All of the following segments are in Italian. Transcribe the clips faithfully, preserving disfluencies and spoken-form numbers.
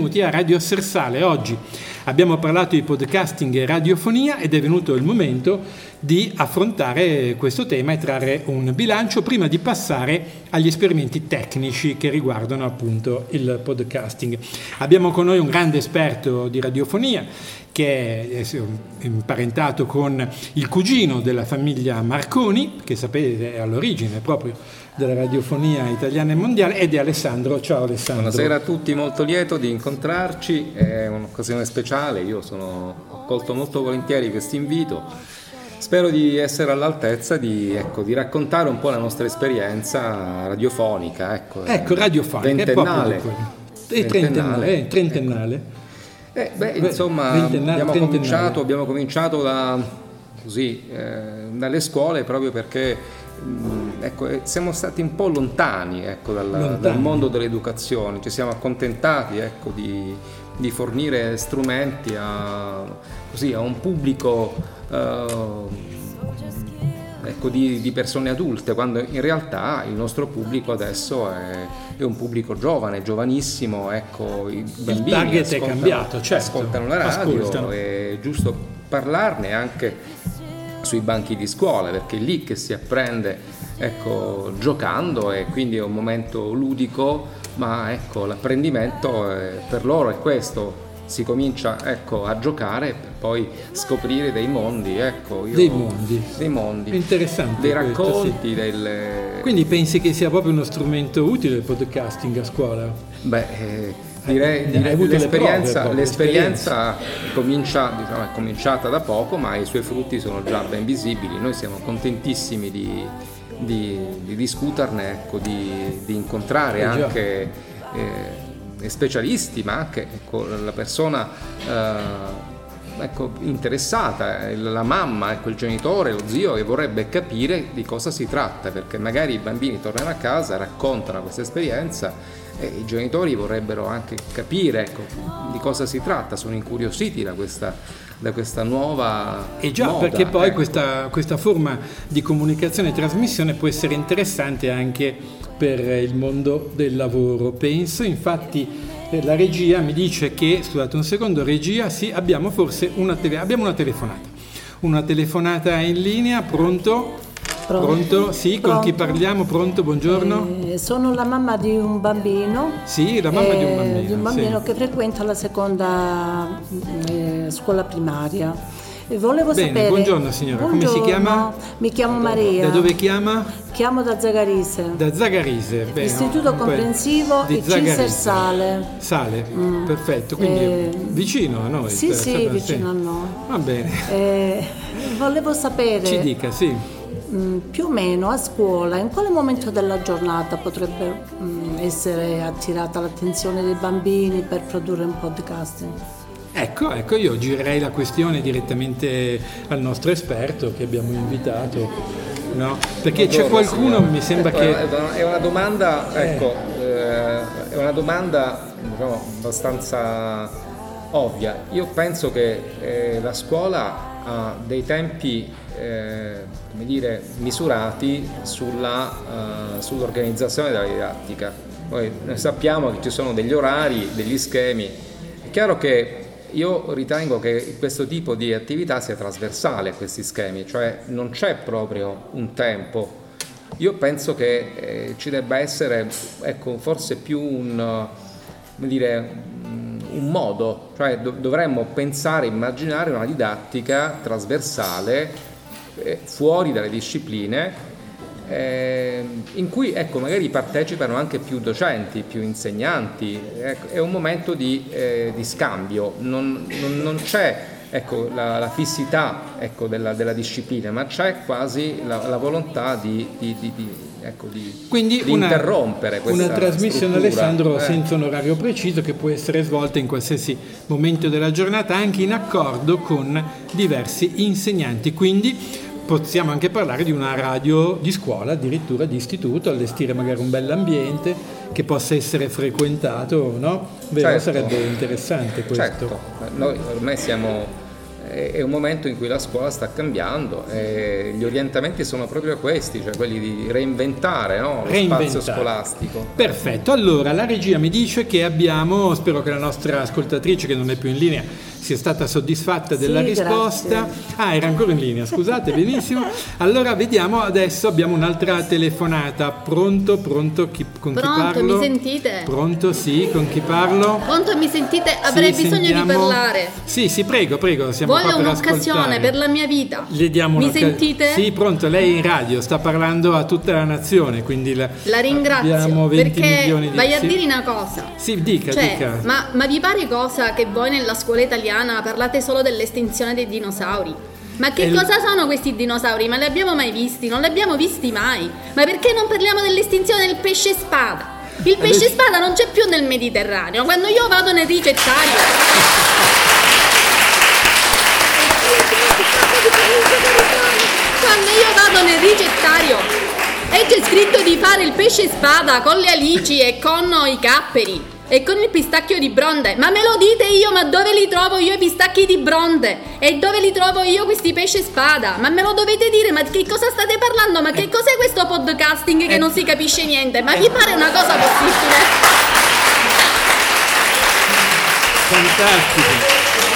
benvenuti a Radio Sersale. Oggi abbiamo parlato di podcasting e radiofonia ed è venuto il momento di affrontare questo tema e trarre un bilancio prima di passare agli esperimenti tecnici che riguardano appunto il podcasting. Abbiamo con noi un grande esperto di radiofonia che è imparentato con il cugino della famiglia Marconi, che sapete è all'origine proprio della radiofonia italiana e mondiale, ed è Alessandro. Ciao Alessandro. Buonasera a tutti, molto lieto di incontrarci, è un'occasione speciale, io sono, ho colto molto volentieri questo invito, spero di essere all'altezza di, ecco, di raccontare un po' la nostra esperienza radiofonica. Ecco, ecco radiofonica, ventennale. È proprio è trentennale. È trentennale. Ecco. Eh, beh, insomma, abbiamo cominciato, abbiamo cominciato da, così, eh, dalle scuole proprio perché mh, ecco, siamo stati un po' lontani, ecco, dal, lontani dal mondo dell'educazione, ci siamo accontentati, ecco, di, di fornire strumenti a, così, a un pubblico eh, ecco, di, di persone adulte, quando in realtà il nostro pubblico adesso è, è un pubblico giovane, giovanissimo, ecco, i bambini il target è cambiato, certo, ascoltano la radio, ascoltano. È giusto parlarne anche sui banchi di scuola, perché è lì che si apprende, ecco, giocando, e quindi è un momento ludico, ma ecco, l'apprendimento è, per loro è questo. Si comincia, ecco, a giocare per poi scoprire dei mondi, ecco, io, dei mondi, dei mondi, interessante, dei questo, racconti, sì. delle... Quindi pensi che sia proprio uno strumento utile il podcasting a scuola? Beh, eh, direi, eh, direi l'esperienza, prove, l'esperienza comincia, diciamo, è cominciata da poco, ma i suoi frutti sono già ben visibili. Noi siamo contentissimi di, di, di discuterne, ecco, di, di incontrare eh, anche eh, specialisti, ma anche, ecco, la persona eh, ecco, interessata, la mamma, ecco, il genitore, lo zio che vorrebbe capire di cosa si tratta, perché magari i bambini tornano a casa, raccontano questa esperienza e i genitori vorrebbero anche capire, ecco, di cosa si tratta, sono incuriositi da questa, da questa nuova e già moda, perché poi ecco. questa, questa forma di comunicazione e trasmissione può essere interessante anche per il mondo del lavoro. Penso, infatti, eh, la regia mi dice che, scusate un secondo, regia, sì, abbiamo forse una, tele, abbiamo una telefonata. Una telefonata in linea, pronto? Pronto? Pronto? Sì, Pronto. Con chi parliamo? Pronto, buongiorno. Eh, sono la mamma di un bambino. Sì, la mamma eh, di un bambino. Di un bambino sì. che frequenta la seconda eh, scuola primaria. Volevo Bene, sapere. buongiorno signora, Buongiorno, come si chiama? Mi chiamo Maria. Da dove chiama? Chiamo da Zagarise. Da Zagarise, bene. Istituto comprensivo di I C I S E R Sale. Sale, Mm. perfetto, quindi Eh, vicino a noi. Sì, sì, vicino a noi. Va bene. Eh, volevo sapere. Ci dica, sì. mh, più o meno a scuola, in quale momento della giornata potrebbe mh, essere attirata l'attenzione dei bambini per produrre un podcasting? Ecco, ecco, io girerei la questione direttamente al nostro esperto che abbiamo invitato, no? Perché c'è qualcuno, signora. Mi sembra ecco, che... È una domanda, ecco, eh, è una domanda, diciamo, abbastanza ovvia. Io penso che eh, la scuola ha dei tempi, eh, come dire, misurati sulla, uh, sull'organizzazione della didattica. Poi noi sappiamo che ci sono degli orari, degli schemi. È chiaro che io ritengo che questo tipo di attività sia trasversale a questi schemi, cioè non c'è proprio un tempo. Io penso che eh, ci debba essere, ecco, forse più un, come dire, un modo, cioè dov- dovremmo pensare, immaginare una didattica trasversale eh, fuori dalle discipline, eh, in cui, ecco, magari partecipano anche più docenti, più insegnanti. Ecco, è un momento di, eh, di scambio, non, non, non c'è, ecco, la, la fissità, ecco, della, della disciplina, ma c'è quasi la, la volontà di, di, di, di, ecco, di, Quindi di una, interrompere questa una trasmissione, struttura. Alessandro, eh. senza un orario preciso, che può essere svolta in qualsiasi momento della giornata, anche in accordo con diversi insegnanti. Quindi possiamo anche parlare di una radio di scuola, addirittura di istituto, allestire magari un bell'ambiente che possa essere frequentato, no? Vero, certo. Sarebbe interessante questo. Certo, noi ormai siamo è un momento in cui la scuola sta cambiando e gli orientamenti sono proprio questi, cioè quelli di reinventare, no? Lo Reinventare. spazio scolastico. Perfetto, allora la regia mi dice che abbiamo, spero che la nostra ascoltatrice che non è più in linea sia stata soddisfatta della Sì, risposta. grazie. Ah, era ancora in linea, scusate, benissimo. Allora vediamo, adesso abbiamo un'altra telefonata. Pronto, pronto, chi, con Pronto, chi parlo? mi sentite? Pronto, sì, con chi parlo? Pronto, mi sentite? Avrei Sì, bisogno sentiamo. di parlare. Sì, sì, prego, prego, siamo Voglio qua per un'occasione ascoltare. per la mia vita. Le diamo Mi un'occas- sentite? Sì, pronto, lei è in radio, sta parlando a tutta la nazione, quindi la, La ringrazio abbiamo venti perché milioni di vai a sì. dire una cosa. Sì, dica, Cioè, dica. ma, ma vi pare cosa che voi nella scuola italiana parlate solo dell'estinzione dei dinosauri? Ma che E l- cosa sono questi dinosauri? Ma li abbiamo mai visti? Non li abbiamo visti mai. Ma perché non parliamo dell'estinzione del pesce spada? Il pesce Adesso- spada non c'è più nel Mediterraneo. Quando io vado nel ricettario Quando io vado nel ricettario e c'è scritto di fare il pesce spada con le alici e con i capperi e con il pistacchio di Bronte, ma me lo dite io, ma dove li trovo io i pistacchi di Bronte? E dove li trovo io questi pesce spada? Ma me lo dovete dire, ma che cosa state parlando? Ma che cos'è questo podcasting che non si capisce niente? Ma vi pare una cosa possibile? Fantastico.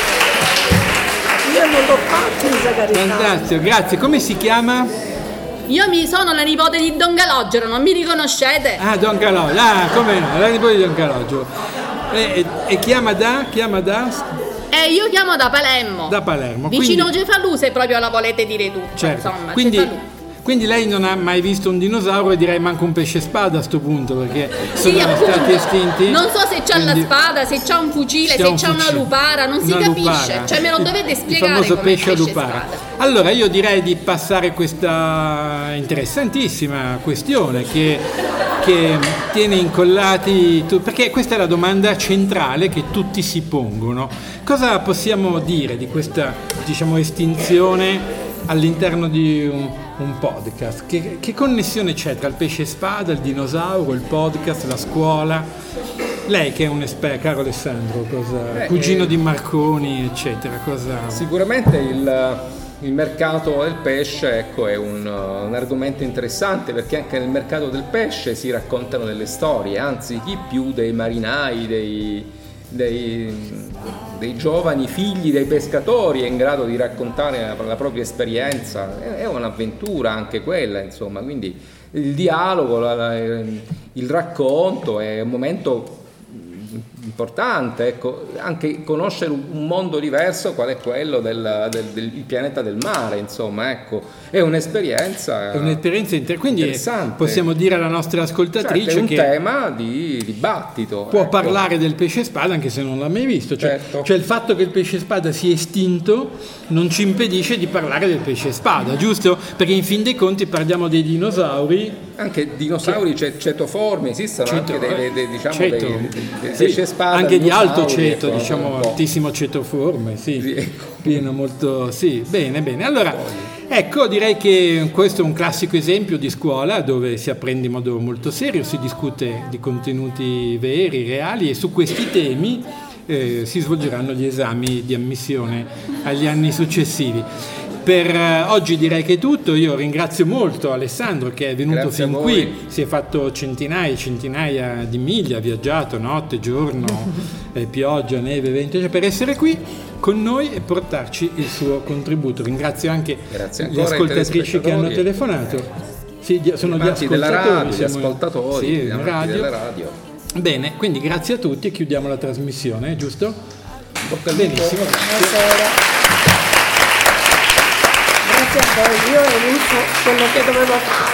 Io non l'ho fatto in Zaccaria. Fantastico, grazie. Come si chiama? Io mi sono la nipote di Don Calogero, non mi riconoscete? Ah, Don Calogero. Ah, come no, la nipote di Don Calogero. E, e, e chiama da? Chiama da? Eh, io chiamo da Palermo. Da Palermo. Vicino quindi, Cefalù, se proprio la volete dire tutta, certo. insomma, Quindi, Cefalù. quindi lei non ha mai visto un dinosauro e direi manco un pesce spada a sto punto, perché sono Sì, appunto. stati estinti. Non so se c'ha quindi- la spada, se c'ha un fucile, c'ha se un c'ha una fucile. lupara, non si Una capisce. lupara. Cioè me lo dovete Il spiegare famoso com'è il pesce a pesce lupara. spada. Allora io direi di passare questa interessantissima questione che, che tiene incollati tu- perché questa è la domanda centrale che tutti si pongono. Cosa possiamo dire di questa, diciamo, estinzione all'interno di un, un podcast? Che, che connessione c'è tra il pesce spada, il dinosauro, il podcast, la scuola? Lei che è un esperto, caro Alessandro, cosa, Eh, cugino eh, di Marconi, eccetera, cosa... Sicuramente il, il mercato del pesce, ecco, è un, un argomento interessante, perché anche nel mercato del pesce si raccontano delle storie, anzi chi più dei marinai, dei, dei, dei giovani figli dei pescatori è in grado di raccontare la, la propria esperienza. È, è un'avventura anche quella, insomma, quindi il dialogo, la, la, il racconto è un momento importante, ecco, anche conoscere un mondo diverso qual è quello del, del, del pianeta del mare, insomma, ecco, è un'esperienza È un'esperienza inter- quindi interessante. possiamo dire alla nostra ascoltatrice Certo, è un che tema di dibattito, può ecco. parlare del pesce spada anche se non l'ha mai visto, cioè, Certo. cioè il fatto che il pesce spada sia estinto non ci impedisce di parlare del pesce spada, giusto? Perché in fin dei conti parliamo dei dinosauri. Anche dinosauri ce- cetoformi, esistono Ceto, anche dei, dei- dei- diciamo ceto. dei, dei, dei Sì, pesce spada, anche di alto dinosauri, ceto, ecco, diciamo un po'. altissimo cetoforme, sì, Sì, ecco. pieno molto, sì, bene, bene. Allora, ecco, direi che questo è un classico esempio di scuola dove si apprende in modo molto serio, si discute di contenuti veri, reali e su questi temi eh, si svolgeranno gli esami di ammissione agli anni successivi. Per eh, oggi direi che è tutto, io ringrazio molto Alessandro che è venuto Grazie fin a voi. qui, si è fatto centinaia e centinaia di miglia, ha viaggiato notte, giorno, eh, pioggia, neve, vento, cioè, per essere qui con noi e portarci il suo contributo. Ringrazio anche Grazie le ancora ai ascoltatrici che hanno telespettatori. telefonato. Sì, gli- sono gli Amanti della ascoltatori, radio, gli siamo- ascoltatori, sì, gli in amanti radio. della radio. Bene, quindi grazie a tutti e chiudiamo la trasmissione, giusto? Bocca al lupo. Benissimo, grazie. Buonasera. Grazie a voi, io ho vinto quello che dovevo fare.